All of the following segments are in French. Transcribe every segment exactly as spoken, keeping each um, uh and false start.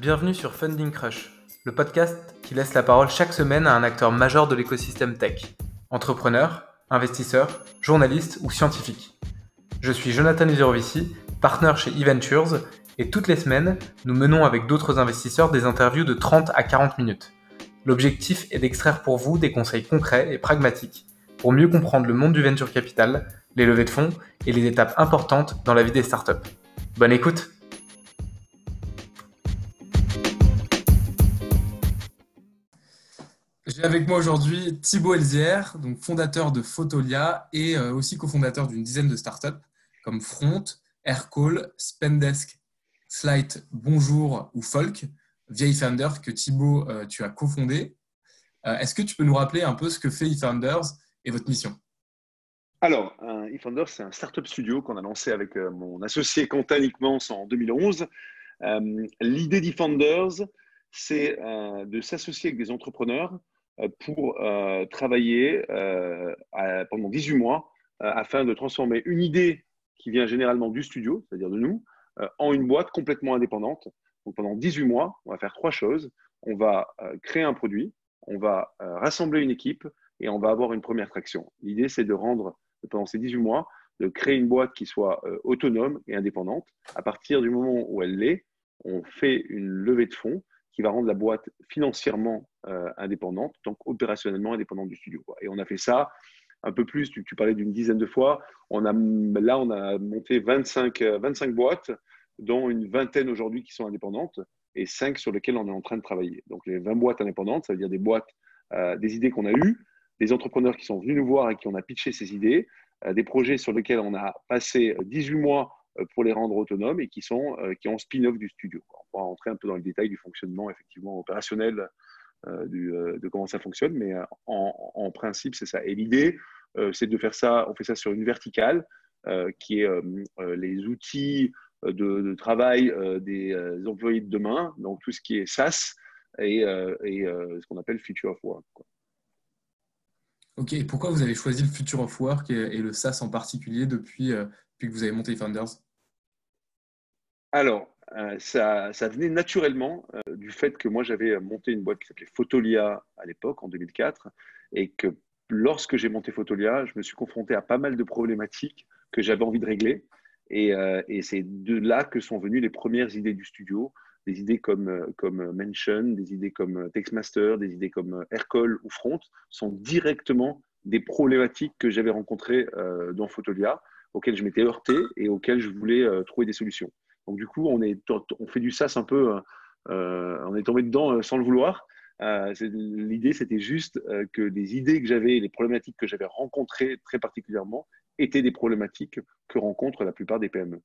Bienvenue sur Funding Crush, le podcast qui laisse la parole chaque semaine à un acteur majeur de l'écosystème tech, entrepreneur, investisseur, journaliste ou scientifique. Je suis Jonathan Uzerovici, partner chez eVentures, et toutes les semaines, nous menons avec d'autres investisseurs des interviews de trente à quarante minutes. L'objectif est d'extraire pour vous des conseils concrets et pragmatiques pour mieux comprendre le monde du venture capital, les levées de fonds et les étapes importantes dans la vie des startups. Bonne écoute! J'ai avec moi aujourd'hui Thibaut Elzière, donc fondateur de Photolia et euh, aussi cofondateur d'une dizaine de startups comme Front, Aircall, Spendesk, Slight, Bonjour ou Folk, via eFounders que Thibaut, euh, tu as cofondé. Euh, est-ce que tu peux nous rappeler un peu ce que fait eFounders et votre mission? Alors, euh, eFounders, c'est un startup studio qu'on a lancé avec euh, mon associé Quentin Hickmans en deux mille onze. Euh, L'idée d'eFounders, c'est euh, de s'associer avec des entrepreneurs euh, pour euh, travailler euh, à- pendant dix-huit mois euh, afin de transformer une idée qui vient généralement du studio, c'est-à-dire de nous, euh, en une boîte complètement indépendante. Donc, pendant dix-huit mois, on va faire trois choses. On va euh, créer un produit, on va euh, rassembler une équipe et on va avoir une première traction. L'idée, c'est de rendre, pendant ces dix-huit mois, de créer une boîte qui soit euh, autonome et indépendante. À partir du moment où elle l'est, on fait une levée de fonds qui va rendre la boîte financièrement euh, indépendante, donc opérationnellement indépendante du studio, quoi. Et on a fait ça un peu plus, tu, tu parlais d'une dizaine de fois. On a, là, on a monté vingt-cinq, euh, vingt-cinq boîtes, dont une vingtaine aujourd'hui qui sont indépendantes et cinq sur lesquelles on est en train de travailler. Donc les vingt boîtes indépendantes, ça veut dire des boîtes, euh, des idées qu'on a eues, des entrepreneurs qui sont venus nous voir et qui on a pitché ces idées, euh, des projets sur lesquels on a passé dix-huit mois pour les rendre autonomes et qui, sont, euh, qui ont spin-off du studio. On pourra rentrer un peu dans le détail du fonctionnement effectivement opérationnel euh, du, euh, de comment ça fonctionne, mais euh, en, en, principe, c'est ça. Et l'idée, euh, c'est de faire ça, on fait ça sur une verticale euh, qui est euh, euh, les outils de, de travail euh, des euh, employés de demain, donc tout ce qui est SaaS et, euh, et euh, ce qu'on appelle Future of Work, quoi. Ok, et pourquoi vous avez choisi le Future of Work et, et le SaaS en particulier depuis, euh, depuis que vous avez monté eFounders? Alors, euh, ça, ça venait naturellement euh, du fait que moi, j'avais monté une boîte qui s'appelait Photolia à l'époque, en deux mille quatre, et que lorsque j'ai monté Photolia, je me suis confronté à pas mal de problématiques que j'avais envie de régler. Et, euh, et c'est de là que sont venues les premières idées du studio, des idées comme, euh, comme Mention, des idées comme Textmaster, des idées comme Aircall ou Front, sont directement des problématiques que j'avais rencontrées euh, dans Photolia, auxquelles je m'étais heurté et auxquelles je voulais euh, trouver des solutions. Donc, du coup, on, est, on fait du SaaS un peu, euh, on est tombé dedans euh, sans le vouloir. Euh, L'idée, c'était juste euh, que les idées que j'avais, les problématiques que j'avais rencontrées très particulièrement, étaient des problématiques que rencontrent la plupart des P M E.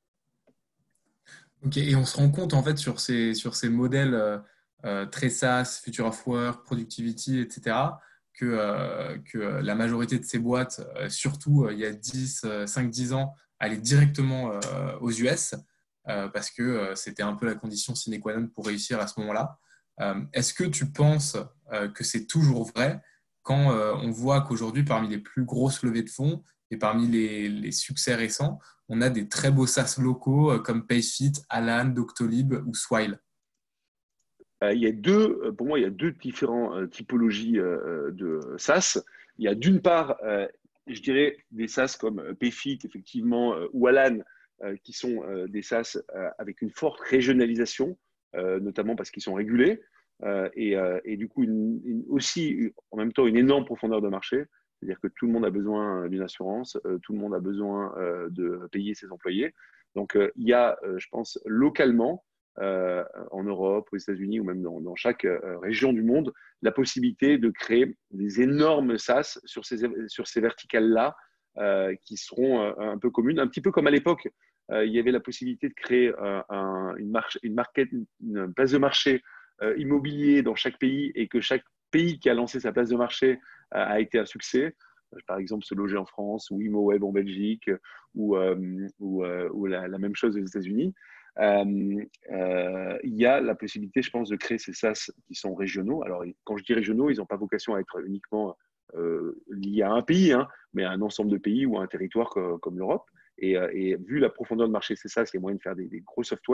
Ok, et on se rend compte en fait sur ces, sur ces modèles euh, euh, très SaaS, Future of Work, Productivity, et cetera, que, euh, que la majorité de ces boîtes, euh, surtout euh, il y a dix, euh, cinq dix ans, allaient directement euh, aux U S euh, parce que euh, c'était un peu la condition sine qua non pour réussir à ce moment-là. Euh, est-ce que tu penses euh, que c'est toujours vrai quand euh, on voit qu'aujourd'hui, parmi les plus grosses levées de fonds et parmi les, les succès récents, on a des très beaux SaaS locaux euh, comme Payfit, Alan, Doctolib ou Swile? Euh, il y a deux, pour moi, il y a deux différentes euh, typologies euh, de SaaS. Il y a d'une part, euh, je dirais, des SaaS comme euh, Payfit, effectivement, euh, ou Alan, euh, qui sont euh, des SaaS euh, avec une forte régionalisation, euh, notamment parce qu'ils sont régulés, euh, et, euh, et, du coup, une, une, aussi, en même temps, une énorme profondeur de marché. C'est-à-dire que tout le monde a besoin d'une assurance, euh, tout le monde a besoin euh, de payer ses employés. Donc, euh, il y a, euh, je pense, localement, euh, en Europe, aux États-Unis ou même dans, dans chaque euh, région du monde, la possibilité de créer des énormes SaaS sur ces, sur ces verticales-là euh, qui seront euh, un peu communes. Un petit peu comme à l'époque, euh, il y avait la possibilité de créer euh, un, une, marche, une, market, une place de marché euh, immobilier dans chaque pays et que chaque pays qui a lancé sa place de marché euh, a été un succès. Par exemple, se loger en France ou ImoWeb en Belgique ou, euh, ou, euh, ou la, la même chose aux États-Unis. Euh, euh, il y a la possibilité, je pense, de créer ces SaaS qui sont régionaux. Alors, quand je dis régionaux, ils n'ont pas vocation à être uniquement euh, liés à un pays, hein, mais à un ensemble de pays ou à un territoire comme, comme l'Europe. Et, et, vu la profondeur de marché, c'est ça, c'est moyen de faire des, des gros softwares.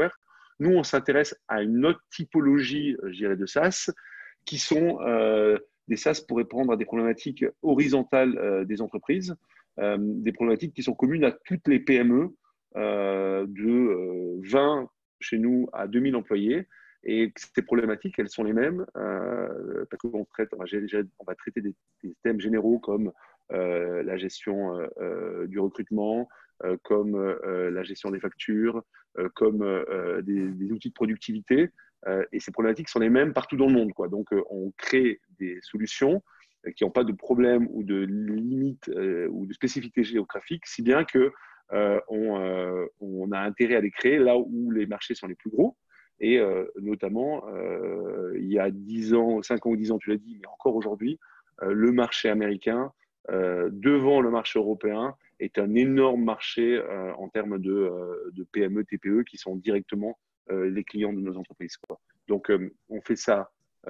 Nous, on s'intéresse à une autre typologie, je dirais, de SaaS, qui sont euh, des SaaS pour répondre à des problématiques horizontales euh, des entreprises, euh, des problématiques qui sont communes à toutes les P M E euh, de euh, vingt chez nous à deux mille employés. Et ces problématiques, elles sont les mêmes euh, parce qu'on traite, on va, on va traiter des, des, thèmes généraux comme euh, la gestion euh, du recrutement, euh, comme euh, la gestion des factures, euh, comme euh, des, des outils de productivité. Euh, et ces problématiques sont les mêmes partout dans le monde, quoi. Donc, euh, on crée des solutions qui n'ont pas de problème ou de limite euh, ou de spécificité géographique, si bien que euh, on, euh, on a intérêt à les créer là où les marchés sont les plus gros. Et euh, notamment, euh, il y a dix ans, cinq ans ou dix ans, tu l'as dit, mais encore aujourd'hui, euh, le marché américain, euh, devant le marché européen, est un énorme marché euh, en termes de, euh, de P M E, T P E qui sont directement euh, les clients de nos entreprises, quoi. Donc, euh, on fait ça,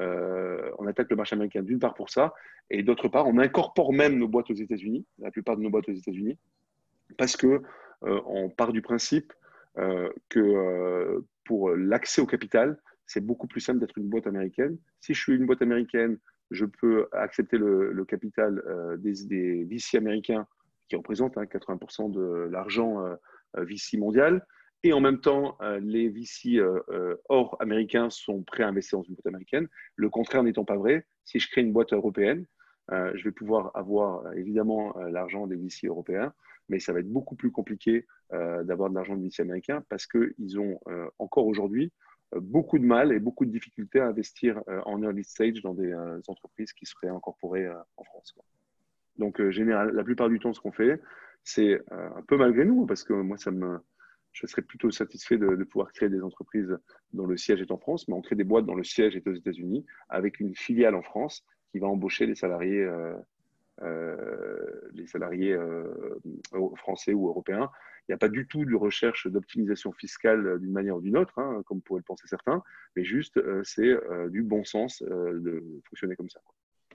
euh, on attaque le marché américain d'une part pour ça, et d'autre part, on incorpore même nos boîtes aux États-Unis, la plupart de nos boîtes aux États-Unis, parce que euh, on part du principe euh, que euh, pour l'accès au capital, c'est beaucoup plus simple d'être une boîte américaine. Si je suis une boîte américaine, je peux accepter le, le capital euh, des, des V C américains qui représentent hein, quatre-vingts pour cent de l'argent euh, V C mondial. Et en même temps, euh, les V C euh, euh, hors américains sont prêts à investir dans une boîte américaine. Le contraire n'étant pas vrai, si je crée une boîte européenne, euh, je vais pouvoir avoir évidemment euh, l'argent des V C européens, mais ça va être beaucoup plus compliqué euh, d'avoir de l'argent de V C américain parce qu'ils ont euh, encore aujourd'hui euh, beaucoup de mal et beaucoup de difficultés à investir euh, en early stage dans des euh, entreprises qui seraient incorporées euh, en France, quoi. Donc, euh, général, la plupart du temps, ce qu'on fait, c'est euh, un peu malgré nous, parce que moi, ça me, je serais plutôt satisfait de, de pouvoir créer des entreprises dont le siège est en France, mais on crée des boîtes dont le siège est aux États-Unis, avec une filiale en France qui va embaucher les salariés euh, euh, les salariés euh, français ou européens. Il n'y a pas du tout de recherche d'optimisation fiscale d'une manière ou d'une autre, hein, comme pourraient le penser certains, mais juste euh, c'est euh, du bon sens euh, de fonctionner comme ça, quoi.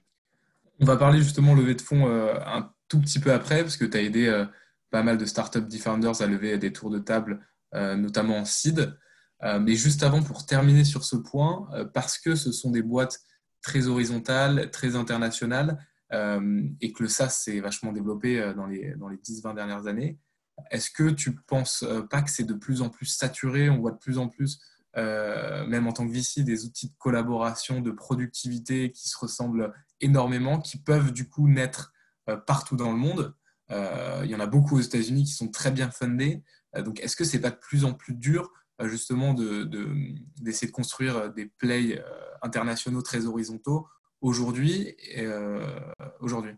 On va parler justement levée de fonds euh, un tout petit peu après, parce que tu as aidé euh, pas mal de startups D-Founders à lever des tours de table, euh, notamment en seed. Euh, mais juste avant, pour terminer sur ce point, euh, parce que ce sont des boîtes très horizontales, très internationales, euh, et que le SaaS s'est vachement développé euh, dans les, dans les dix vingt dernières années, est-ce que tu ne penses euh, pas que c'est de plus en plus saturé? On voit de plus en plus, euh, même en tant que V C, des outils de collaboration, de productivité qui se ressemblent énormément, qui peuvent du coup naître euh, partout dans le monde. Euh, il y en a beaucoup aux États-Unis qui sont très bien fundés. Euh, donc, est-ce que c'est pas de plus en plus dur euh, justement de, de, d'essayer de construire des plays euh, internationaux très horizontaux aujourd'hui euh, aujourd'hui?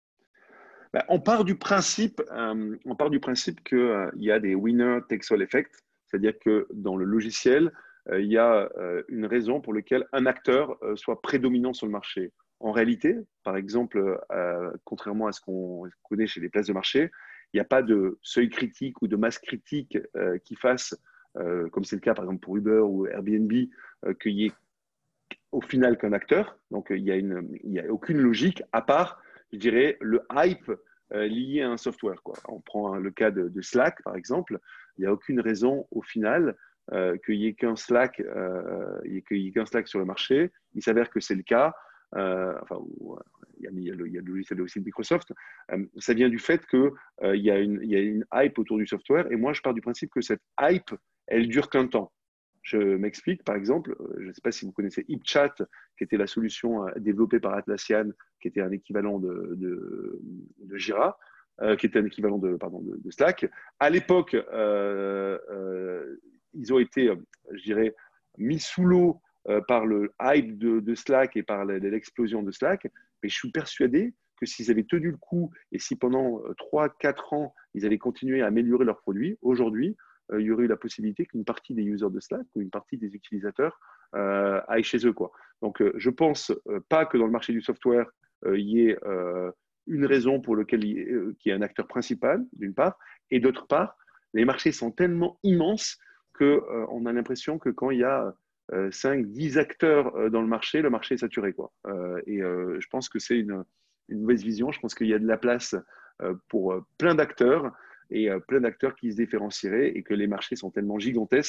Ben, on part du principe, euh, on part du principe qu'il euh, y a des winner takes all effect, c'est-à-dire que dans le logiciel, euh, il y a euh, une raison pour laquelle un acteur euh, soit prédominant sur le marché. En réalité, par exemple, euh, contrairement à ce qu'on connaît chez les places de marché, il n'y a pas de seuil critique ou de masse critique euh, qui fasse, euh, comme c'est le cas par exemple pour Uber ou Airbnb, euh, qu'il y ait au final qu'un acteur. Donc, il n'y a, une, il y a aucune logique à part, je dirais, le hype euh, lié à un software, quoi. On prend hein, le cas de, de, Slack, par exemple. Il n'y a aucune raison, au final, euh, qu'il n'y ait qu'un Slack, euh, il y ait qu'un Slack sur le marché. Il s'avère que c'est le cas. Euh, enfin, il y, a, il, y a le, il y a le logiciel aussi de Microsoft. Euh, ça vient du fait qu'il euh, y, y a une hype autour du software. Et moi, je pars du principe que cette hype, elle dure qu'un temps. Je m'explique, par exemple, je ne sais pas si vous connaissez HipChat, qui était la solution développée par Atlassian, qui était un équivalent de, de, de Jira, euh, qui était un équivalent de, pardon, de, de Slack. À l'époque, euh, euh, ils ont été, je dirais, mis sous l'eau euh, par le hype de, de Slack et par l'explosion de Slack. Mais je suis persuadé que s'ils avaient tenu le coup et si pendant trois quatre ans, ils avaient continué à améliorer leurs produits, aujourd'hui, il y aurait eu la possibilité qu'une partie des users de Slack ou une partie des utilisateurs euh, aillent chez eux, quoi. Donc, euh, je pense euh, pas que dans le marché du software, euh, il y ait euh, une raison pour laquelle il y, ait, euh, qu'il y ait un acteur principal, d'une part, et d'autre part, les marchés sont tellement immenses qu'on euh, a l'impression que quand il y a euh, cinq dix acteurs euh, dans le marché, le marché est saturé, quoi. Euh, et euh, je pense que c'est une, une mauvaise vision. Je pense qu'il y a de la place euh, pour euh, plein d'acteurs et euh, plein d'acteurs qui se différencieraient et que les marchés sont tellement gigantesques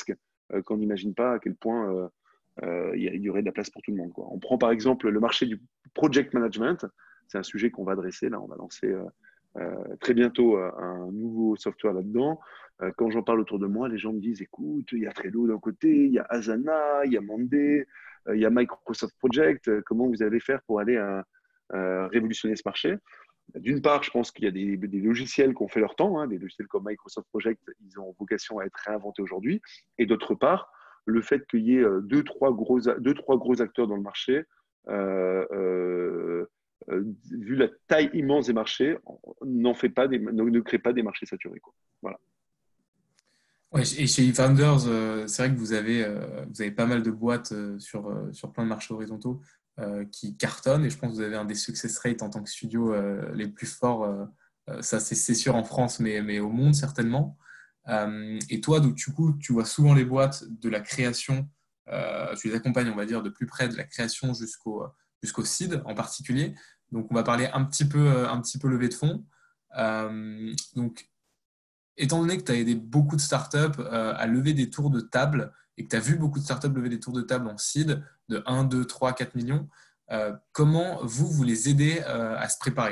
euh, qu'on n'imagine pas à quel point euh, euh, il y, a- il y aurait de la place pour tout le monde, quoi. On prend par exemple le marché du project management. C'est un sujet qu'on va adresser. Là, on va lancer euh, euh, très bientôt euh, un nouveau software là-dedans. Euh, quand j'en parle autour de moi, les gens me disent, écoute, il y a Trello d'un côté, il y a Asana, il y a Monday, euh, il y a Microsoft Project. Euh, Comment vous allez faire pour aller à, à révolutionner ce marché? D'une part, je pense qu'il y a des, des logiciels qui ont fait leur temps, hein, des logiciels comme Microsoft Project, ils ont vocation à être réinventés aujourd'hui. Et d'autre part, le fait qu'il y ait euh, deux, trois gros, deux, trois gros acteurs dans le marché, euh, euh, euh, vu la taille immense des marchés, n'en fait pas des, ne, ne crée pas des marchés saturés, quoi. Voilà. Ouais, et chez eFounders, euh, c'est vrai que vous avez, euh, vous avez pas mal de boîtes euh, sur, euh, sur plein de marchés horizontaux euh, qui cartonnent et je pense que vous avez un des success rates en tant que studio euh, les plus forts. Euh, euh, ça, c'est c'est sûr en France, mais, mais au monde certainement. Euh, et toi, donc, du coup, tu vois souvent les boîtes de la création, euh, tu les accompagnes, on va dire, de plus près de la création jusqu'au jusqu'au seed en particulier. Donc, on va parler un petit peu, euh, un petit peu levée de fonds. Euh, donc, étant donné que tu as aidé beaucoup de startups euh, à lever des tours de table et que tu as vu beaucoup de startups lever des tours de table en seed de un, deux, trois, quatre millions, euh, comment vous, vous les aidez euh, à se préparer?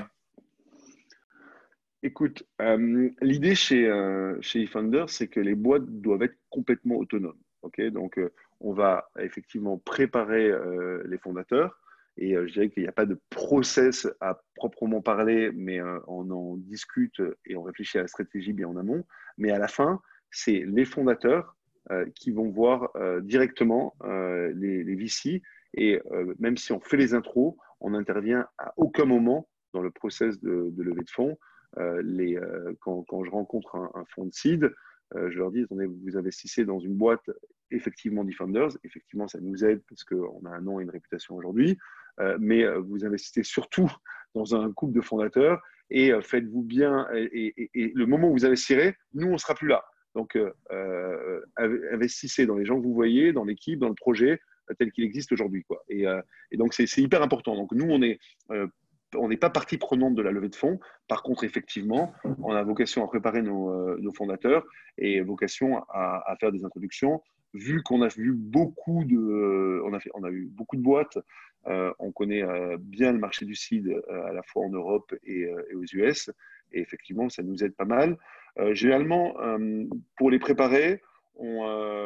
Écoute, euh, l'idée chez, euh, chez eFounder, c'est que les boîtes doivent être complètement autonomes. Ok. Donc, euh, on va effectivement préparer euh, les fondateurs et euh, je dirais qu'il n'y a pas de process à proprement parler, mais euh, on en discute et on réfléchit à la stratégie bien en amont. Mais à la fin, c'est les fondateurs euh, qui vont voir euh, directement euh, les, les V C et euh, même si on fait les intros, on n'intervient à aucun moment dans le process de, de levée de fonds. Euh, les, euh, quand, quand, je rencontre un, un fonds de seed, euh, je leur dis, attendez, vous investissez dans une boîte effectivement Defenders, effectivement ça nous aide parce qu'on a un nom et une réputation aujourd'hui, euh, mais euh, vous investissez surtout dans un couple de fondateurs et euh, faites-vous bien, et, et, et, le moment où vous investirez, nous on ne sera plus là. Donc euh, euh, investissez dans les gens que vous voyez, dans l'équipe, dans le projet euh, tel qu'il existe aujourd'hui, quoi. Et, euh, et donc c'est hyper important. Donc nous on est euh, on n'est pas partie prenante de la levée de fonds. Par contre, effectivement, on a vocation à préparer nos, euh, nos fondateurs et vocation à, à, faire des introductions. Vu qu'on a vu beaucoup de, euh, on a fait, on a eu beaucoup de boîtes, euh, on connaît euh, bien le marché du seed euh, à la fois en Europe et, euh, et aux U S. Et effectivement, ça nous aide pas mal. Euh, généralement, euh, pour les préparer, on,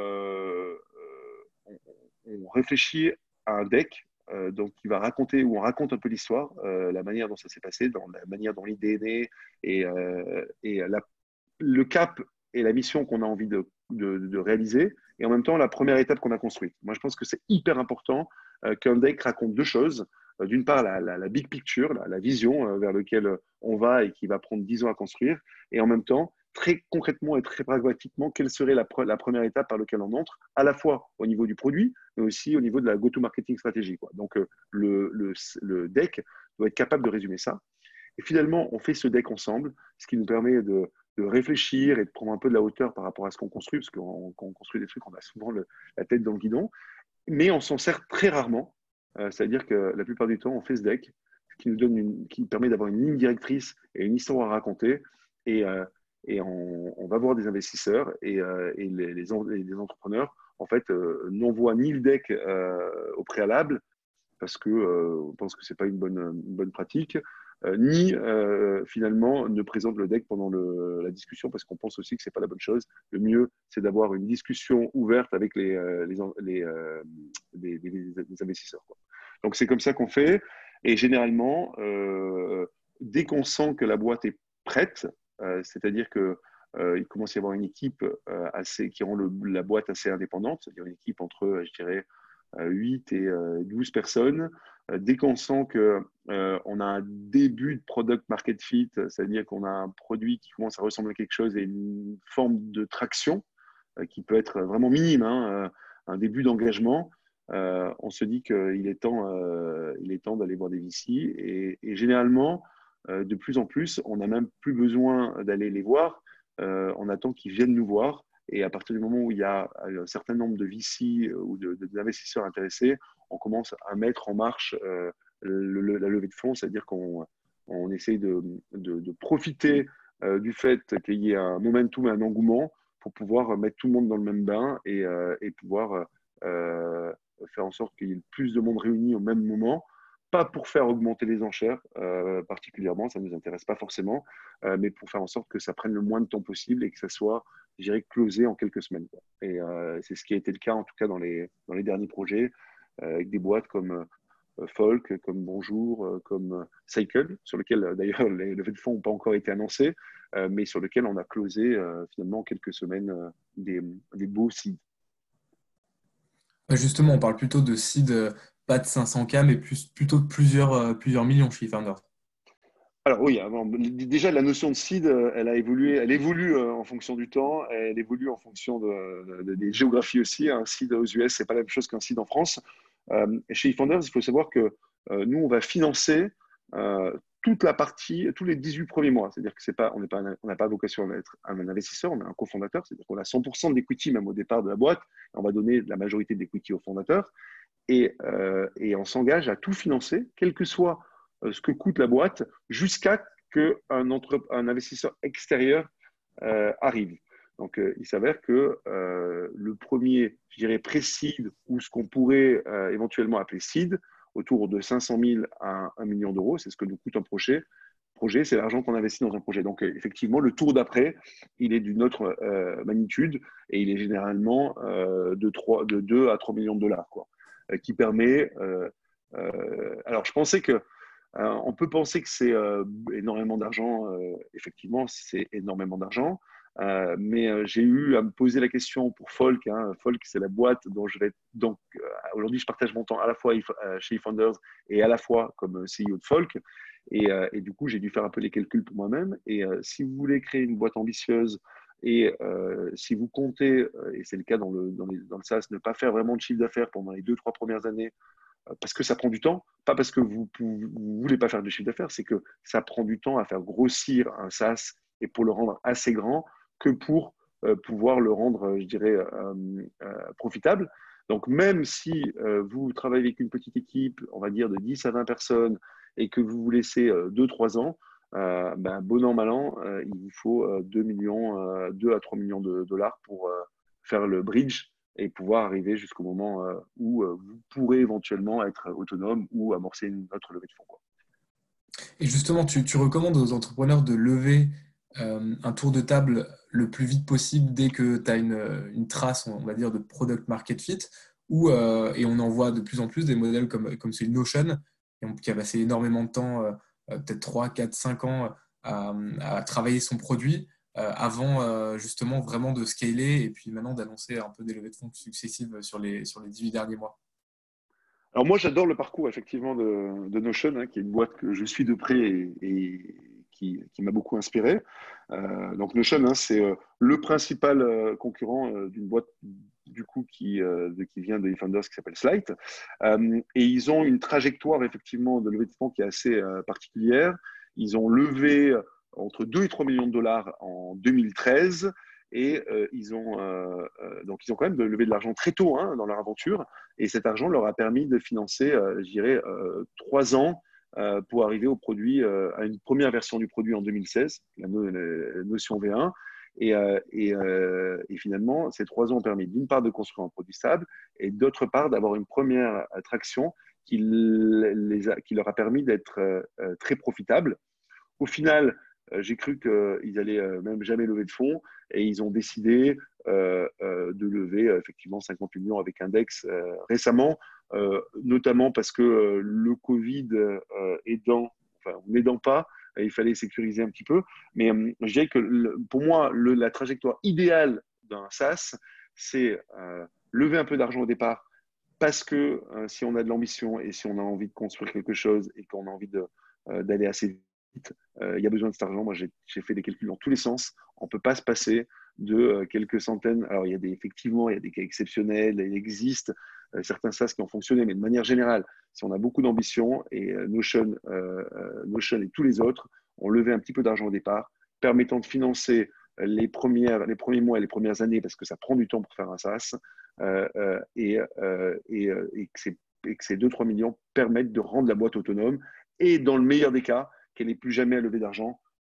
euh, on, on réfléchit à un deck euh, donc qui va raconter, où on raconte un peu l'histoire, euh, la manière dont ça s'est passé, dans la manière dont l'idée est née et, euh, et la, le cap et la mission qu'on a envie de, de, de, réaliser, et en même temps la première étape qu'on a construite. Moi, je pense que c'est hyper important euh, qu'un deck raconte deux choses. Euh, D'une part, la, la, la, big picture, la, la vision euh, vers laquelle on va et qui va prendre dix ans à construire, et en même temps, très concrètement et très pragmatiquement, quelle serait la, pre la première étape par laquelle on entre, à la fois au niveau du produit, mais aussi au niveau de la go-to-marketing stratégie, quoi. Donc, euh, le, le, le deck doit être capable de résumer ça. Et finalement, on fait ce deck ensemble, ce qui nous permet de, de réfléchir et de prendre un peu de la hauteur par rapport à ce qu'on construit, parce que quand on construit des trucs, on a souvent le, la tête dans le guidon, mais on s'en sert très rarement. Euh, C'est-à-dire que la plupart du temps, on fait ce deck qui nous donne une, qui permet d'avoir une ligne directrice et une histoire à raconter. Et, euh, et on, on, va voir des investisseurs et, euh, et les, les, les, entrepreneurs, en fait, euh, n'envoient ni le deck euh, au préalable, parce que euh, on pense que c'est pas une bonne, une bonne pratique, euh, ni euh, finalement ne présente le deck pendant le, la discussion parce qu'on pense aussi que c'est pas la bonne chose. Le mieux, c'est d'avoir une discussion ouverte avec les, euh, les, les, euh, les, les, les, investisseurs, quoi. Donc c'est comme ça qu'on fait. Et généralement, euh, dès qu'on sent que la boîte est prête, euh, c'est-à-dire que euh, il commence à y avoir une équipe euh, assez, qui rend le, la boîte assez indépendante, c'est-à-dire une équipe entre, je dirais, huit et douze personnes. Dès qu'on sent qu'on euh, a un début de product market fit, c'est-à-dire qu'on a un produit qui commence à ressembler à quelque chose et une forme de traction euh, qui peut être vraiment minime, hein, euh, un début d'engagement, euh, on se dit qu'il est temps, euh, il est temps d'aller voir des V C. Et, et généralement, euh, de plus en plus, on n'a même plus besoin d'aller les voir. Euh, on attend qu'ils viennent nous voir. Et à partir du moment où il y a un certain nombre de V C ou d'investisseurs intéressés, on commence à mettre en marche euh, le, le, la levée de fonds, c'est-à-dire qu'on on essaye de, de, de profiter euh, du fait qu'il y ait un momentum et un engouement pour pouvoir mettre tout le monde dans le même bain et, euh, et pouvoir euh, faire en sorte qu'il y ait plus de monde réuni au même moment. Pas pour faire augmenter les enchères euh, particulièrement, ça ne nous intéresse pas forcément, euh, mais pour faire en sorte que ça prenne le moins de temps possible et que ça soit, je dirais, closé en quelques semaines. Quoi. Et euh, c'est ce qui a été le cas, en tout cas, dans les, dans les derniers projets, euh, avec des boîtes comme euh, Folk, comme Bonjour, euh, comme euh, Cycle, sur lequel, euh, d'ailleurs, les levées de fonds n'ont pas encore été annoncées, euh, mais sur lequel on a closé, euh, finalement, en quelques semaines, euh, des, des beaux sites. Bah, justement, on parle plutôt de seed, euh, pas de cinq cents K, mais plus, plutôt de plusieurs, euh, plusieurs millions chez eFounders. Alors oui, avant, déjà la notion de seed, euh, elle a évolué, elle évolue euh, en fonction du temps, elle évolue en fonction de, de- des géographies aussi. Un seed aux U S, c'est pas la même chose qu'un seed en France. Euh, et chez eFounders, il faut savoir que euh, nous, on va financer euh, toute la partie, tous les dix-huit premiers mois. C'est-à-dire que c'est pas, on n'est pas, un- on n'a pas vocation à être un investisseur, on est un cofondateur. C'est-à-dire qu'on a cent pour cent d'equity même au départ de la boîte. On va donner la majorité d'equity au fondateur et, euh, et on s'engage à tout financer, quel que soit euh, ce que coûte la boîte, jusqu'à qu'un un investisseur extérieur euh, arrive. Donc, euh, il s'avère que euh, le premier, je dirais, pré-seed, ou ce qu'on pourrait euh, éventuellement appeler seed, autour de cinq cent mille à un million d'euros, c'est ce que nous coûte un projet. Projet, c'est l'argent qu'on investit dans un projet. Donc, euh, effectivement, le tour d'après, il est d'une autre euh, magnitude et il est généralement euh, de, trois, de deux à trois millions de dollars, quoi, euh, qui permet. Euh, euh, alors, je pensais que euh, on peut penser que c'est euh, énormément d'argent. Euh, effectivement, c'est énormément d'argent. Euh, mais euh, j'ai eu à me poser la question pour Folk. Hein. Folk, c'est la boîte dont je vais. Donc, euh, aujourd'hui, je partage mon temps à la fois euh, chez eFounders et à la fois comme C E O de Folk. Et, euh, et du coup, j'ai dû faire un peu les calculs pour moi-même. Et euh, si vous voulez créer une boîte ambitieuse et euh, si vous comptez, euh, et c'est le cas dans le, dans, les, dans le SaaS, ne pas faire vraiment de chiffre d'affaires pendant les deux, trois premières années parce que ça prend du temps, pas parce que vous ne voulez pas faire de chiffre d'affaires, c'est que ça prend du temps à faire grossir un SaaS et pour le rendre assez grand que pour euh, pouvoir le rendre, je dirais, euh, euh, profitable. Donc, même si euh, vous travaillez avec une petite équipe, on va dire de dix à vingt personnes, et que vous vous laissez euh, deux trois ans, euh, ben, bon an, mal an, euh, il vous faut euh, deux millions, euh, deux à trois millions de dollars pour euh, faire le bridge et pouvoir arriver jusqu'au moment euh, où euh, vous pourrez éventuellement être autonome ou amorcer une autre levée de fonds, quoi. Et justement, tu, tu recommandes aux entrepreneurs de lever euh, un tour de table le plus vite possible dès que tu as une, une trace, on va dire, de product market fit, ou, euh, et on en voit de plus en plus des modèles comme, comme celui de Notion, et on- qui a passé énormément de temps, euh, euh, peut-être trois, quatre, cinq ans, à, à travailler son produit euh, avant euh, justement vraiment de scaler et puis maintenant d'annoncer un peu des levées de fonds successives sur les, sur les dix-huit derniers mois. Alors moi, j'adore le parcours effectivement de, de Notion, hein, qui est une boîte que je suis de près et, et qui, qui m'a beaucoup inspiré. Euh, donc Notion, hein, c'est euh, le principal euh, concurrent euh, d'une boîte du coup qui, euh, de- qui vient de eFounders qui s'appelle Slight. Euh, et ils ont une trajectoire effectivement de levée de fonds qui est assez euh, particulière. Ils ont levé entre deux et trois millions de dollars en deux mille treize. Et euh, ils ont euh, euh, donc ils ont quand même de levé de l'argent très tôt, hein, dans leur aventure. Et cet argent leur a permis de financer, euh, je dirais, euh, trois ans euh, pour arriver au produit, euh, à une première version du produit en deux mille seize, la, no la Notion V un. Et, euh, et, euh, et, finalement, ces trois ans ont permis d'une part de construire un produit stable et d'autre part d'avoir une première traction qui, les a, qui leur a permis d'être euh, très profitables. Au final, euh, j'ai cru qu'ils allaient euh, même jamais lever de fonds et ils ont décidé euh, euh, de lever euh, effectivement cinquante millions avec Index euh, récemment, euh, notamment parce que euh, le Covid euh, aidant, enfin n'aidant pas, euh, il fallait sécuriser un petit peu. Mais euh, je dirais que le, pour moi, le, la trajectoire idéale d'un SaaS, c'est euh, lever un peu d'argent au départ parce que euh, si on a de l'ambition et si on a envie de construire quelque chose et qu'on a envie de, euh, d'aller assez vite, euh, il y a besoin de cet argent. Moi, j'ai, j'ai fait des calculs dans tous les sens. On ne peut pas se passer de euh, quelques centaines. Alors, il y a des, effectivement, il y a des cas exceptionnels, il existe euh, certains SaaS qui ont fonctionné, mais de manière générale, si on a beaucoup d'ambition et euh, Notion, euh, euh, Notion et tous les autres ont levé un petit peu d'argent au départ, permettant de financer les, premières, les premiers mois et les premières années, parce que ça prend du temps pour faire un SaaS, euh, euh, et, euh, et, euh, et, que ces, et que ces deux trois millions permettent de rendre la boîte autonome et, dans le meilleur des cas, qu'elle n'ait plus jamais à lever d'argent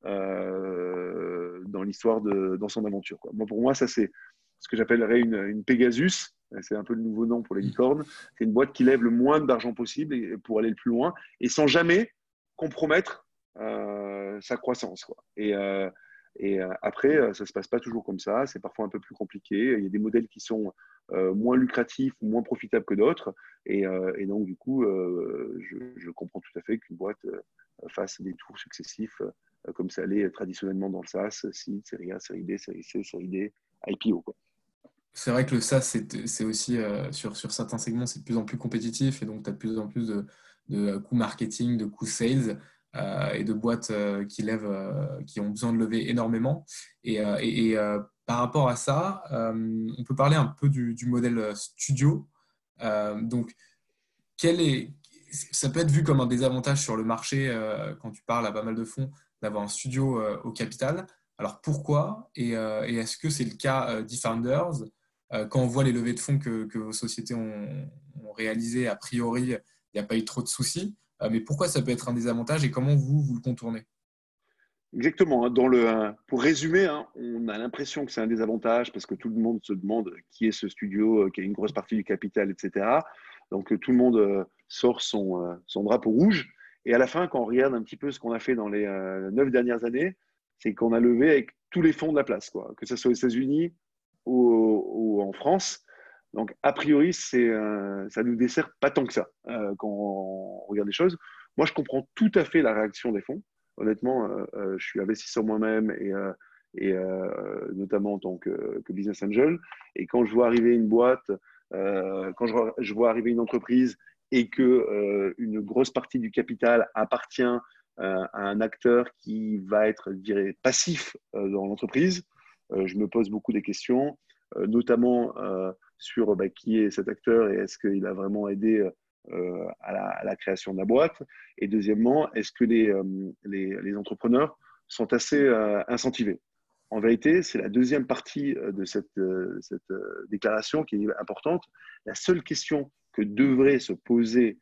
euh, dans l'histoire, de, dans son aventure, quoi. Moi, pour moi, ça, c'est ce que j'appellerais une, une Pegasus. C'est un peu le nouveau nom pour les licornes. C'est une boîte qui lève le moins d'argent possible et, pour aller le plus loin et sans jamais compromettre euh, sa croissance, quoi. Et, euh, et euh, après, ça ne se passe pas toujours comme ça. C'est parfois un peu plus compliqué. Il y a des modèles qui sont euh, moins lucratifs ou moins profitables que d'autres. Et, euh, et donc, du coup, euh, je, je comprends tout à fait qu'une boîte euh, fasse des tours successifs euh, comme ça allait traditionnellement dans le SaaS, seed, série A, série B, série C, série D, I P O, quoi. C'est vrai que le SaaS, c'est c'est aussi, euh, sur, sur certains segments, c'est de plus en plus compétitif et donc tu as de plus en plus de, de coûts marketing, de coûts sales euh, et de boîtes euh, qui lèvent, euh, qui ont besoin de lever énormément. Et, euh, et- et, euh, par rapport à ça, euh, on peut parler un peu du, du modèle euh, studio. Euh, donc, quel est, ça peut être vu comme un désavantage sur le marché euh, quand tu parles à pas mal de fonds d'avoir un studio euh, au capital. Alors pourquoi et, euh, et est-ce que c'est le cas euh, d'eFounders euh, quand on voit les levées de fonds que, que vos sociétés ont, ont réalisées, a priori, il n'y a pas eu trop de soucis. Euh, mais pourquoi ça peut être un désavantage et comment vous, vous le contournez? Exactement. Dans le, pour résumer, hein, on a l'impression que c'est un désavantage parce que tout le monde se demande qui est ce studio, euh, qui a une grosse partie du capital, et cetera. Donc euh, tout le monde euh, sort son, euh, son drapeau rouge. Et à la fin, quand on regarde un petit peu ce qu'on a fait dans les euh, neuf dernières années, c'est qu'on a levé avec tous les fonds de la place, quoi, que ce soit aux États-Unis ou, ou en France. Donc a priori, c'est, euh, ça nous dessert pas tant que ça euh, quand on regarde les choses. Moi, je comprends tout à fait la réaction des fonds. Honnêtement, euh, euh, je suis investisseur moi-même et, euh, et euh, notamment en tant que, que business angel. Et quand je vois arriver une boîte, euh, quand je vois, je vois arriver une entreprise et que euh, une grosse partie du capital appartient euh, à un acteur qui va être, je dirais, passif euh, dans l'entreprise, euh, je me pose beaucoup des questions, euh, notamment euh, sur bah, qui est cet acteur et est-ce qu'il a vraiment aidé euh, à, la, à la création de la boîte. Et deuxièmement, est-ce que les, euh, les, les entrepreneurs sont assez euh, incentivés? En vérité, c'est la deuxième partie de cette, euh, cette euh, déclaration qui est importante. La seule question que devrait se poser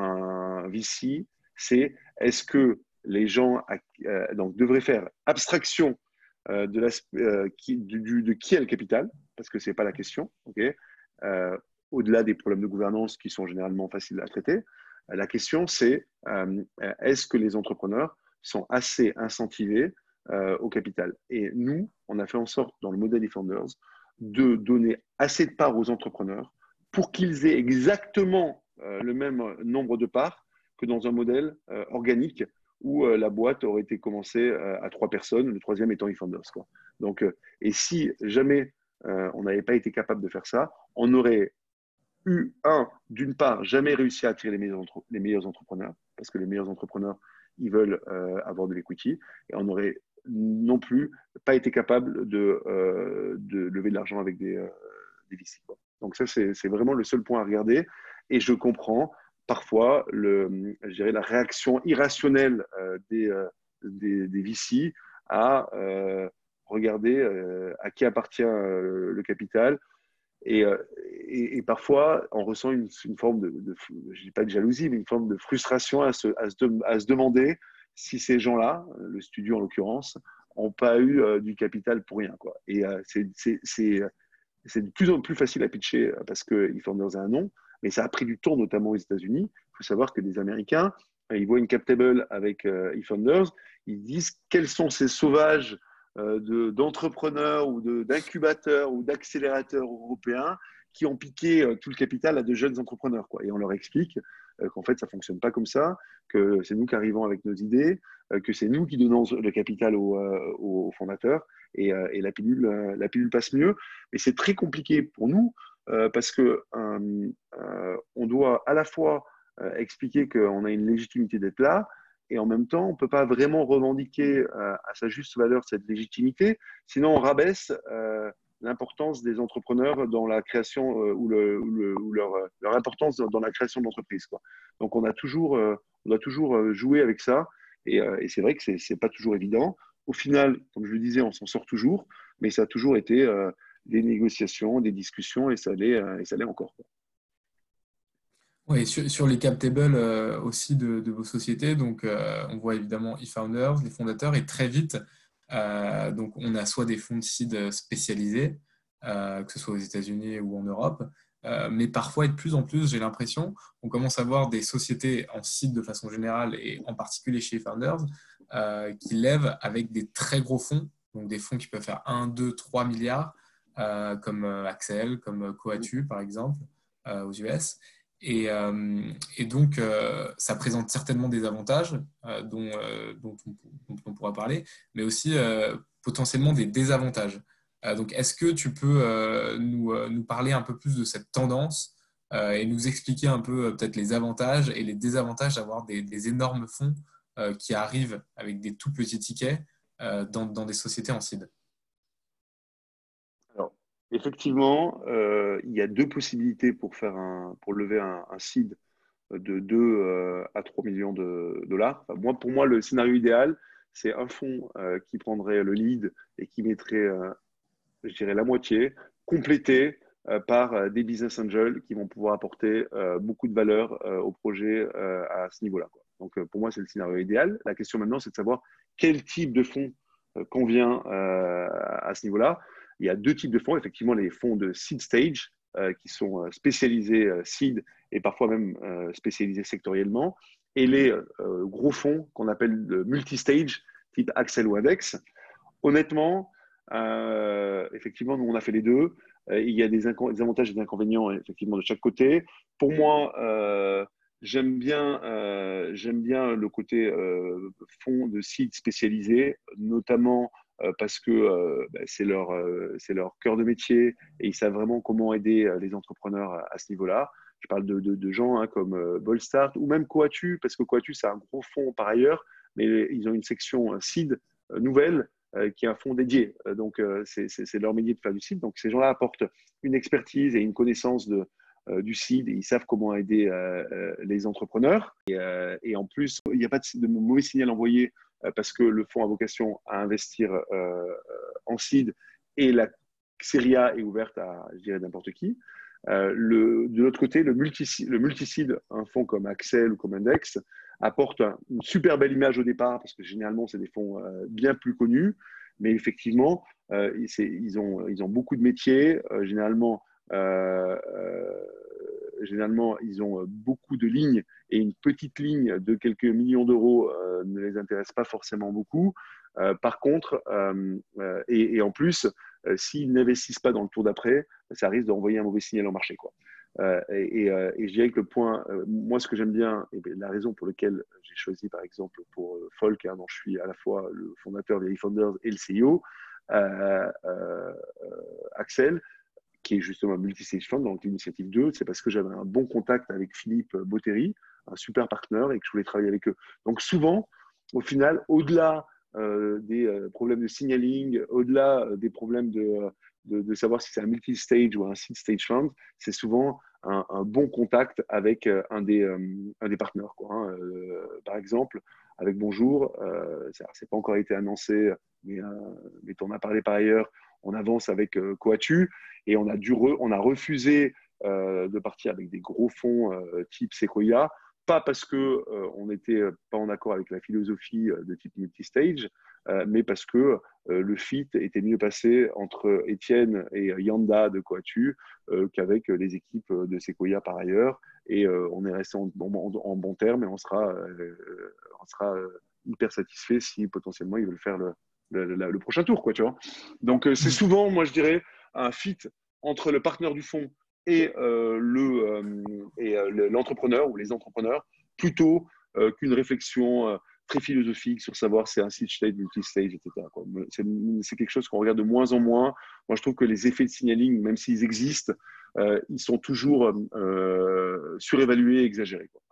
un V C, c'est est-ce que les gens euh, donc, devraient faire abstraction euh, de, euh, qui, du, de qui a le capital, parce que ce n'est pas la question, okay, euh, au-delà des problèmes de gouvernance qui sont généralement faciles à traiter. La question, c'est euh, est-ce que les entrepreneurs sont assez incentivés euh, au capital? Et nous, on a fait en sorte, dans le modèle eFounders, de donner assez de parts aux entrepreneurs pour qu'ils aient exactement euh, le même nombre de parts que dans un modèle euh, organique où euh, la boîte aurait été commencée euh, à trois personnes, le troisième étant eFounders, quoi. Donc, euh, et si jamais euh, on n'avait pas été capable de faire ça, on aurait eu, un, d'une part, jamais réussi à attirer les meilleurs, entre, les meilleurs entrepreneurs, parce que les meilleurs entrepreneurs, ils veulent euh, avoir de l'equity, et on n'aurait non plus pas été capable de, euh, de lever de l'argent avec des, euh, des V C, quoi. Donc ça, c'est, c'est vraiment le seul point à regarder, et je comprends parfois le, je dirais, la réaction irrationnelle euh, des, euh, des, des V C à euh, regarder euh, à qui appartient euh, le capital. Et, euh, et, et, parfois, on ressent une, une forme de, de je ne dis pas de jalousie, mais une forme de frustration à se, à se, de, à se demander si ces gens-là, le studio en l'occurrence, n'ont pas eu euh, du capital pour rien, quoi. Et euh, c'est, c'est, c'est, c'est de plus en plus facile à pitcher parce que eFounders a un nom, mais ça a pris du temps, notamment aux États-Unis. Il faut savoir que des Américains, ils voient une cap table avec euh, eFounders, ils disent quels sont ces sauvages euh, de, d'entrepreneurs ou de, d'incubateurs ou d'accélérateurs européens qui ont piqué euh, tout le capital à de jeunes entrepreneurs, quoi. Et on leur explique euh, qu'en fait, ça ne fonctionne pas comme ça, que c'est nous qui arrivons avec nos idées, euh, que c'est nous qui donnons le capital aux, euh, aux fondateurs, et, euh, et la, pilule, euh, la pilule passe mieux. Mais c'est très compliqué pour nous euh, parce que euh, euh, on doit à la fois euh, expliquer qu'on a une légitimité d'être là, et en même temps, on ne peut pas vraiment revendiquer euh, à sa juste valeur cette légitimité, sinon on rabaisse euh, l'importance des entrepreneurs dans la création euh, ou, le, ou, le, ou leur, leur, importance dans la création de l'entreprise, quoi. Donc on a toujours, euh, on a toujours euh, joué avec ça, et, euh, et c'est vrai que ce n'est pas toujours évident. Au final, comme je le disais, on s'en sort toujours, mais ça a toujours été euh, des négociations, des discussions, et ça l'est, euh, et ça l'est encore, quoi. Oui, sur, sur les cap tables euh, aussi de, de vos sociétés, donc euh, on voit évidemment eFounders, les fondateurs, et très vite, euh, donc on a soit des fonds de seed spécialisés, euh, que ce soit aux États-Unis ou en Europe, euh, mais parfois et de plus en plus, j'ai l'impression, on commence à voir des sociétés en seed de façon générale et en particulier chez eFounders, euh, qui lèvent avec des très gros fonds, donc des fonds qui peuvent faire un, deux, trois milliards, euh, comme euh, Axel, comme euh, Coatue par exemple, euh, aux U S. Et, euh, et donc, euh, ça présente certainement des avantages euh, dont, euh, dont, on, dont on pourra parler, mais aussi euh, potentiellement des désavantages. Euh, donc, est-ce que tu peux euh, nous, euh, nous parler un peu plus de cette tendance euh, et nous expliquer un peu euh, peut-être les avantages et les désavantages d'avoir des, des énormes fonds euh, qui arrivent avec des tout petits tickets euh, dans, dans des sociétés en seed? Alors, effectivement, euh, il y a deux possibilités pour faire un, pour lever un, un seed de deux euh, à trois millions de dollars. Enfin, moi, pour moi, le scénario idéal, c'est un fonds euh, qui prendrait le lead et qui mettrait, euh, je dirais, la moitié, complété euh, par euh, des business angels qui vont pouvoir apporter euh, beaucoup de valeur euh, au projet euh, à ce niveau-là, quoi. Donc, euh, pour moi, c'est le scénario idéal. La question maintenant, c'est de savoir quel type de fonds euh, convient euh, à ce niveau-là. Il y a deux types de fonds, effectivement, les fonds de seed stage, euh, qui sont euh, spécialisés euh, seed et parfois même euh, spécialisés sectoriellement, et les euh, gros fonds qu'on appelle le multistage, type Axel ou Adex. Honnêtement, euh, effectivement, nous, on a fait les deux. Euh, il y a des, des, avantages et des inconvénients, effectivement, de chaque côté. Pour moi, euh, j'aime bien, euh, j'aime bien le côté euh, fonds de sites spécialisés, notamment euh, parce que euh, bah, c'est leur, euh, c'est leur cœur de métier et ils savent vraiment comment aider euh, les entrepreneurs à, à ce niveau-là. Je parle de, de, de gens hein, comme euh, Bolstart ou même Coatu, parce que Coatu, c'est un gros fonds par ailleurs, mais ils ont une section euh, seed euh, nouvelle euh, qui est un fonds dédié. Euh, donc, euh, c'est leur métier de faire du seed. Donc, ces gens-là apportent une expertise et une connaissance de, euh, du seed et ils savent comment aider euh, euh, les entrepreneurs. Et, euh, et en plus, il n'y a pas de, de mauvais signal envoyé euh, parce que le fonds a vocation à investir euh, en seed et la série A est ouverte à, je dirais, n'importe qui. Euh, le, de l'autre côté, le multi-seed, le multi un fonds comme Axel ou comme Index, apporte un, une super belle image au départ parce que généralement, c'est des fonds euh, bien plus connus. Mais effectivement, euh, ils, ont, ils ont beaucoup de métiers. Euh, généralement, euh, euh, généralement, ils ont beaucoup de lignes et une petite ligne de quelques millions d'euros euh, ne les intéresse pas forcément beaucoup. Euh, par contre, euh, euh, et, et, en plus, euh, s'ils n'investissent pas dans le tour d'après, ça risque d'envoyer un mauvais signal au marché, quoi. Euh, et, et, euh, et, je dirais que le point, euh, moi, ce que j'aime bien, et la raison pour laquelle j'ai choisi, par exemple, pour euh, Folk, hein, dont je suis à la fois le fondateur des eFounders et le C E O, euh, euh, Axel, qui est justement un multi-stage fund, donc l'initiative deux, c'est parce que j'avais un bon contact avec Philippe Botteri, un super partenaire, et que je voulais travailler avec eux. Donc souvent, au final, au-delà euh, des euh, problèmes de signaling, au-delà euh, des problèmes de, de, de savoir si c'est un multi-stage ou un seed-stage fund, c'est souvent un, un, bon contact avec euh, un, des, euh, un des partenaires, quoi, hein. Euh, par exemple, avec Bonjour, euh, ça n'a pas encore été annoncé, mais, euh, mais on a parlé par ailleurs, on avance avec euh, Coatu et on a, dû re, on a refusé euh, de partir avec des gros fonds euh, type Sequoia, pas parce qu'on euh, n'était pas en accord avec la philosophie de type multistage, euh, mais parce que euh, le fit était mieux passé entre Étienne et Yanda de Coatu euh, qu'avec les équipes de Sequoia par ailleurs. Et euh, on est resté en, en, en bon terme et on sera, euh, on sera hyper satisfait si potentiellement ils veulent faire le, le, le, le prochain tour, quoi, tu vois. Donc, euh, c'est souvent, moi, je dirais, un fit entre le partenaire du fonds et euh, le euh, et euh, l'entrepreneur ou les entrepreneurs plutôt euh, qu'une réflexion euh, très philosophique sur savoir si c'est un seed stage, multi-stage, et cetera. C'est quelque chose qu'on regarde de moins en moins. Moi, je trouve que les effets de signaling, même s'ils existent, euh, ils sont toujours euh, surévalués et exagérés, quoi.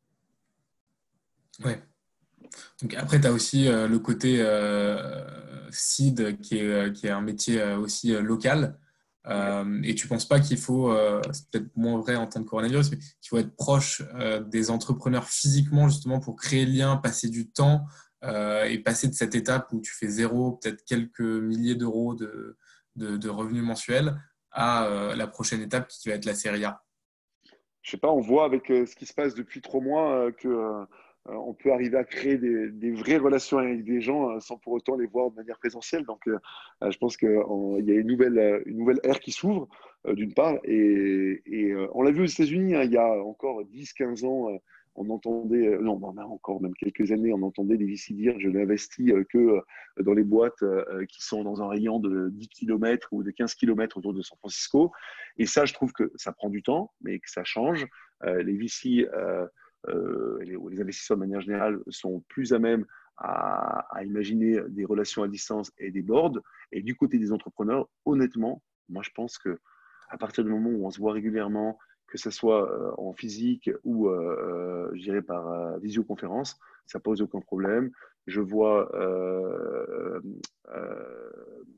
Ouais. Donc après, tu as aussi euh, le côté euh, seed qui est, euh, qui est un métier euh, aussi euh, local. Ouais. Euh, et tu ne penses pas qu'il faut, euh, c'est peut-être moins vrai en temps de coronavirus, mais qu'il faut être proche euh, des entrepreneurs physiquement justement pour créer le lien, passer du temps euh, et passer de cette étape où tu fais zéro, peut-être quelques milliers d'euros de, de, de revenus mensuels à euh, la prochaine étape qui va être la série A. je sais pas, on voit avec euh, ce qui se passe depuis trois mois euh, que euh, euh, on peut arriver à créer des, des vraies relations avec des gens euh, sans pour autant les voir de manière présentielle. Donc, euh, euh, je pense qu'il y a une nouvelle, euh, une nouvelle ère qui s'ouvre, euh, d'une part. Et, et euh, on l'a vu aux États-Unis, hein, il y a encore dix quinze ans, euh, on entendait, euh, non, on a encore même quelques années, on entendait des V C dire je n'investis euh, que euh, dans les boîtes euh, qui sont dans un rayon de dix kilomètres ou de quinze kilomètres autour de San Francisco. Et ça, je trouve que ça prend du temps, mais que ça change. Euh, les V C, euh, euh, les, les investisseurs de manière générale, sont plus à même à, à imaginer des relations à distance et des boards. Et du côté des entrepreneurs, honnêtement, moi, je pense que à partir du moment où on se voit régulièrement, que ce soit euh, en physique ou, euh, je dirais, par euh, visioconférence, ça pose aucun problème. Je vois euh, euh,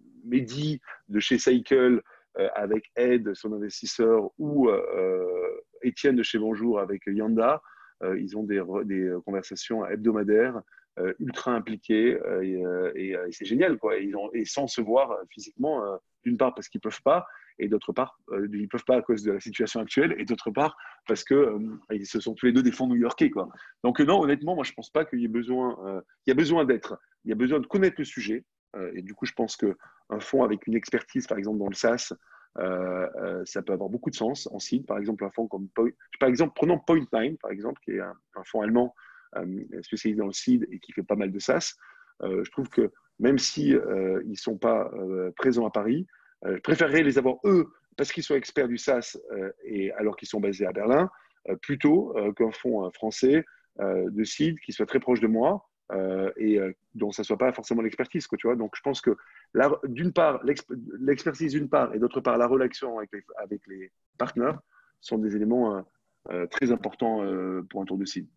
Mehdi de chez Cycle euh, avec Ed, son investisseur, ou euh, Étienne de chez Bonjour avec Yanda. Euh, ils ont des, des conversations hebdomadaires euh, ultra impliqués euh, et, euh, et, euh, et c'est génial quoi. Et, ils ont, et sans se voir physiquement, euh, d'une part parce qu'ils peuvent pas, et d'autre part euh, ils peuvent pas à cause de la situation actuelle, et d'autre part parce que euh, ils se sont tous les deux des fonds new-yorkais quoi. Donc euh, non, honnêtement, moi je pense pas qu'il y ait besoin, euh, il y a besoin d'être, il y a besoin de connaître le sujet. Euh, et du coup, je pense que un fonds avec une expertise, par exemple dans le SaaS, euh, euh, ça peut avoir beaucoup de sens en seed. Par exemple, un fonds comme Point, par exemple, prenons Point Nine, par exemple, qui est un, un fonds allemand euh, spécialisé dans le seed et qui fait pas mal de SaaS. Euh, je trouve que même si euh, ils sont pas euh, présents à Paris, euh, je préférerais les avoir eux parce qu'ils sont experts du SaaS euh, et alors qu'ils sont basés à Berlin, euh, plutôt euh, qu'un fonds euh, français euh, de seed qui soit très proche de moi. Euh, et euh, dont ça soit pas forcément l'expertise, quoi, tu vois. Donc, je pense que d'une part, l'expertise d'une part, et d'autre part, la relation avec les, avec les partenaires sont des éléments euh, euh, très importants euh, pour un tour de cible.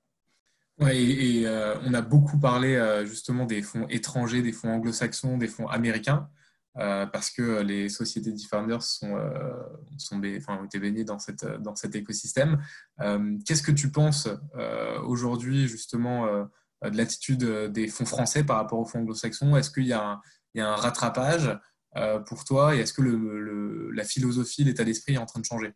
Ouais, et, et, euh, on a beaucoup parlé euh, justement des fonds étrangers, des fonds anglo-saxons, des fonds américains, euh, parce que les sociétés d'e-founders sont, euh, sont ba- enfin, ont été baignées dans, cette, dans cet écosystème. Euh, qu'est-ce que tu penses euh, aujourd'hui justement euh, de l'attitude des fonds français par rapport aux fonds anglo-saxons? Est-ce qu'il y a un, il y a un rattrapage euh, pour toi et est-ce que le, le- la philosophie, l'état d'esprit est en train de changer?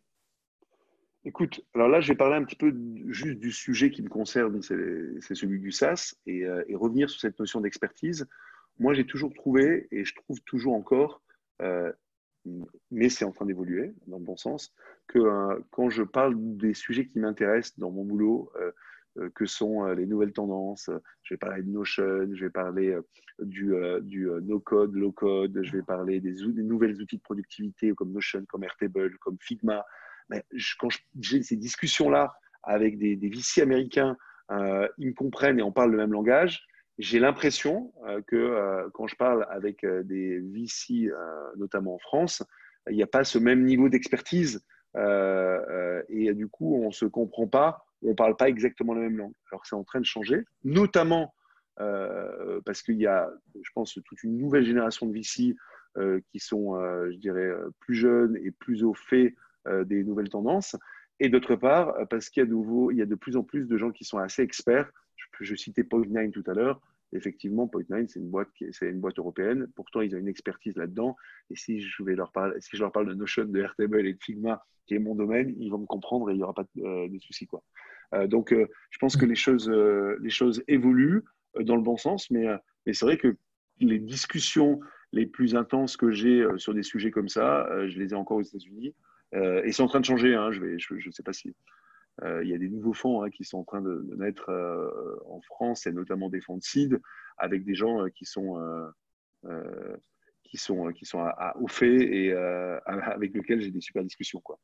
Écoute, alors là, je vais parler un petit peu juste du sujet qui me concerne, c'est celui du SaaS, et, euh, et revenir sur cette notion d'expertise. Moi, j'ai toujours trouvé, et je trouve toujours encore, euh, mais c'est en train d'évoluer dans le bon sens, que euh, quand je parle des sujets qui m'intéressent dans mon boulot, euh, euh, que sont euh, les nouvelles tendances, euh, je vais parler de Notion, je vais parler euh, du, euh, du euh, no-code, low-code, je vais parler des, des nouvelles outils de productivité comme Notion, comme Airtable, comme Figma. Mais je, quand j'ai ces discussions-là avec des, des V C américains, euh, ils me comprennent et on parle le même langage. J'ai l'impression euh, que euh, quand je parle avec euh, des V C, euh, notamment en France, il n'y a pas ce même niveau d'expertise euh, euh, et du coup, on ne se comprend pas, on ne parle pas exactement la même langue. Alors que c'est en train de changer, notamment euh, parce qu'il y a, je pense, toute une nouvelle génération de V C euh, qui sont, euh, je dirais, plus jeunes et plus au fait euh, des nouvelles tendances. Et d'autre part, parce qu'il y a, nouveau, il y a de plus en plus de gens qui sont assez experts. Je, je citais Point Nine tout à l'heure. Effectivement, Point Nine, c'est une boîte qui c'est une boîte européenne. Pourtant, ils ont une expertise là-dedans. Et si je vais leur parler, si je leur parle de Notion, de Airtable et de Figma, qui est mon domaine, ils vont me comprendre et il n'y aura pas de, euh, de soucis, quoi. Euh, donc, euh, je pense que les choses, euh, les choses évoluent euh, dans le bon sens, mais, euh, mais c'est vrai que les discussions les plus intenses que j'ai euh, sur des sujets comme ça, euh, je les ai encore aux États-Unis. Euh, et c'est en train de changer. Hein, je ne je, je sais pas si euh, il y a des nouveaux fonds hein, qui sont en train de, de naître euh, en France, et notamment des fonds de seed, avec des gens euh, qui sont, euh, euh, qui sont, qui sont à, à, au fait et euh, avec lesquels j'ai des super discussions. Quoi.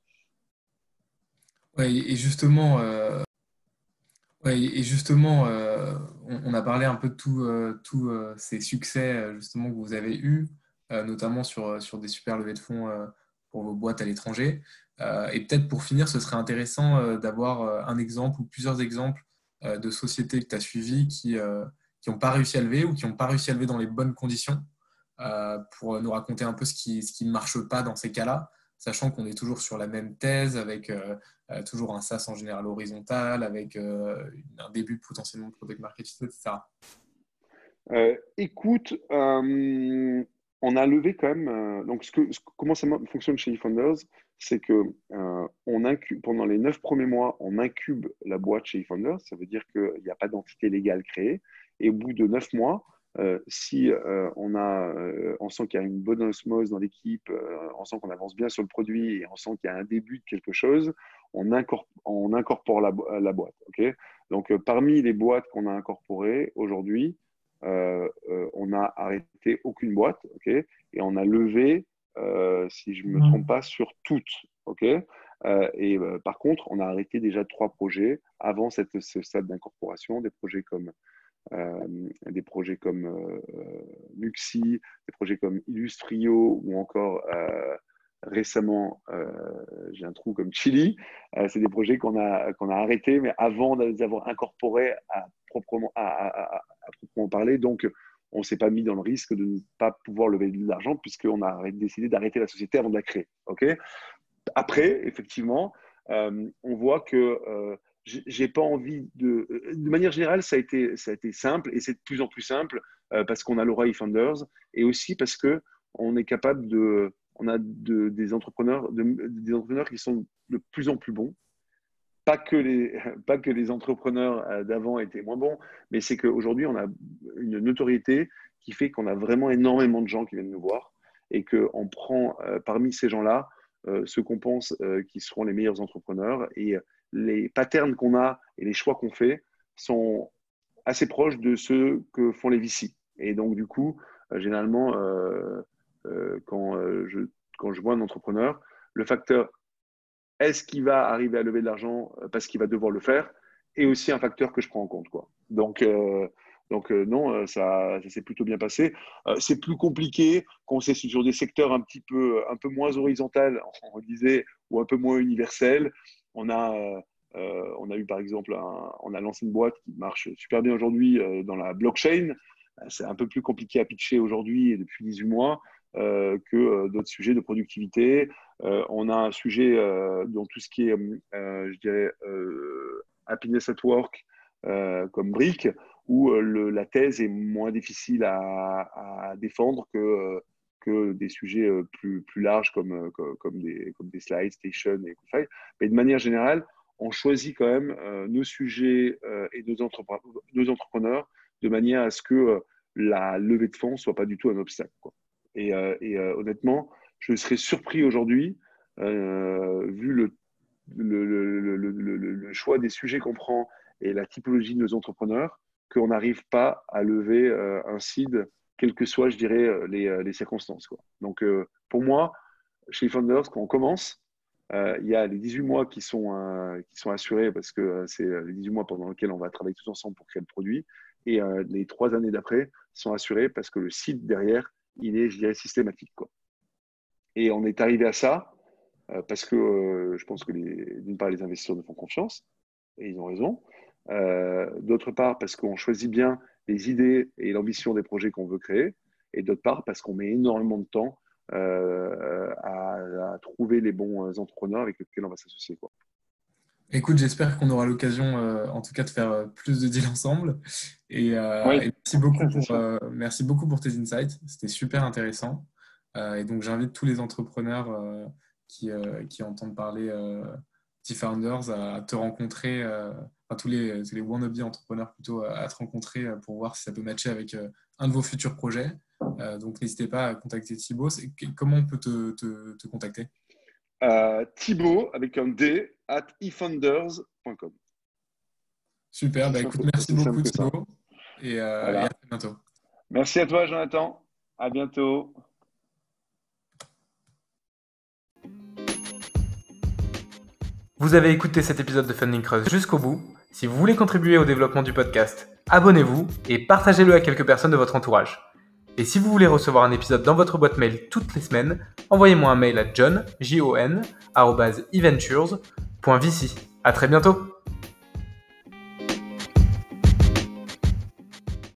Ouais, et justement, euh, ouais, et justement euh, on, on a parlé un peu de tous euh, tous, euh, ces succès euh, justement que vous avez eus, euh, notamment sur, sur des super levées de fonds euh, pour vos boîtes à l'étranger. Euh, et peut-être pour finir, ce serait intéressant euh, d'avoir euh, un exemple ou plusieurs exemples euh, de sociétés que tu as suivies qui euh, qui n'ont pas réussi à lever ou qui n'ont pas réussi à lever dans les bonnes conditions, euh, pour nous raconter un peu ce qui, ce qui ne marche pas dans ces cas-là, sachant qu'on est toujours sur la même thèse avec euh, euh, toujours un SaaS en général horizontal, avec euh, un début potentiellement de product market fit, et cetera. Euh, écoute, euh, on a levé quand même. Euh, donc, ce que, ce, comment ça fonctionne chez eFounders, c'est que euh, on incube, pendant les neuf premiers mois, on incube la boîte chez eFounders. Ça veut dire qu'il n'y a pas d'entité légale créée. Et au bout de neuf mois, euh, si euh, on, a, euh, on sent qu'il y a une bonne osmose dans l'équipe, euh, on sent qu'on avance bien sur le produit et on sent qu'il y a un début de quelque chose, on incorpore, on incorpore la, la boîte. Okay, donc, euh, parmi les boîtes qu'on a incorporées aujourd'hui, euh, euh, on n'a arrêté aucune boîte. Okay, et on a levé, euh, si je ne me trompe pas, sur toutes. Okay, euh, et euh, par contre, on a arrêté déjà trois projets avant cette, ce stade d'incorporation, des projets comme Euh, des projets comme euh, Muxi, des projets comme Illustrio ou encore euh, récemment, euh, j'ai un trou comme Chili. Euh, c'est des projets qu'on a, qu'on a arrêtés, mais avant de les avoir incorporés à proprement, à, à, à, à proprement parler. Donc, on ne s'est pas mis dans le risque de ne pas pouvoir lever de l'argent puisqu'on a décidé d'arrêter la société avant de la créer. Okay, après, effectivement, euh, on voit que euh, j'ai pas envie de. De manière générale, ça a été, ça a été simple et c'est de plus en plus simple euh, parce qu'on a Laura eFounders et aussi parce que on est capable de. On a de, des entrepreneurs, de, des entrepreneurs qui sont de plus en plus bons. Pas que les, pas que les entrepreneurs d'avant étaient moins bons, mais c'est qu'aujourd'hui, on a une notoriété qui fait qu'on a vraiment énormément de gens qui viennent nous voir et qu'on prend euh, parmi ces gens-là euh, ceux qu'on pense euh, qui seront les meilleurs entrepreneurs. Et les patterns qu'on a et les choix qu'on fait sont assez proches de ceux que font les V C. Et donc, du coup, euh, généralement, euh, euh, quand, euh, je, quand je vois un entrepreneur, le facteur est-ce qu'il va arriver à lever de l'argent parce qu'il va devoir le faire est aussi un facteur que je prends en compte, quoi. Donc, euh, donc euh, non, ça, ça s'est plutôt bien passé. Euh, c'est plus compliqué quand c'est sur des secteurs un petit peu, un peu moins horizontaux, on disait, ou un peu moins universels. On a, euh, on a eu par exemple, un, on a lancé une boîte qui marche super bien aujourd'hui euh, dans la blockchain. C'est un peu plus compliqué à pitcher aujourd'hui et depuis dix-huit mois euh, que euh, d'autres sujets de productivité. Euh, on a un sujet euh, dans tout ce qui est, euh, je dirais, euh, happiness at work, euh, comme brique, où euh, le, la thèse est moins difficile à, à défendre que, euh, que des sujets euh, plus, plus larges comme, comme, comme, des, comme des slides, station et Confide. Mais de manière générale, on choisit quand même euh, nos sujets euh, et nos, entrepre nos entrepreneurs de manière à ce que euh, la levée de fonds ne soit pas du tout un obstacle, quoi. Et, euh, et euh, honnêtement, je serais surpris aujourd'hui, euh, vu le, le, le, le, le, le choix des sujets qu'on prend et la typologie de nos entrepreneurs, qu'on n'arrive pas à lever euh, un seed, quelles que soient, je dirais, les, les circonstances, quoi. Donc, euh, pour moi, chez eFounders, quand on commence, euh, il y a les dix-huit mois qui sont, euh, qui sont assurés parce que euh, c'est les dix-huit mois pendant lesquels on va travailler tous ensemble pour créer le produit. Et euh, les trois années d'après sont assurés parce que le seed derrière, il est, je dirais, systématique, quoi. Et on est arrivé à ça euh, parce que euh, je pense que d'une part, les investisseurs nous font confiance et ils ont raison. Euh, d'autre part, parce qu'on choisit bien les idées et l'ambition des projets qu'on veut créer. Et d'autre part, parce qu'on met énormément de temps euh, à, à trouver les bons entrepreneurs avec lesquels on va s'associer, quoi. Écoute, j'espère qu'on aura l'occasion, euh, en tout cas, de faire euh, plus de deals ensemble. Et, euh, Oui, et merci beaucoup c'est pour, sûr. euh, merci beaucoup pour tes insights. C'était super intéressant. Euh, et donc, j'invite tous les entrepreneurs euh, qui, euh, qui entendent parler euh, d'eFounders à te rencontrer, euh, enfin, tous les, tous les wannabe entrepreneurs plutôt, à te rencontrer euh, pour voir si ça peut matcher avec euh, un de vos futurs projets. Euh, donc, n'hésitez pas à contacter Thibaut. Comment on peut te, te, te contacter? Euh, Thibaut, avec un D, at efounders point com. Super, Aussi bah écoute, simple, merci aussi simple beaucoup que ça. Thibaut et, euh, et à Voilà. très bientôt. Merci à toi, Jonathan. À bientôt. Vous avez écouté cet épisode de Funding Crust jusqu'au bout. Si vous voulez contribuer au développement du podcast, abonnez-vous et partagez-le à quelques personnes de votre entourage. Et si vous voulez recevoir un épisode dans votre boîte mail toutes les semaines, envoyez-moi un mail à john, j o n, arobase eventures point v c. À très bientôt.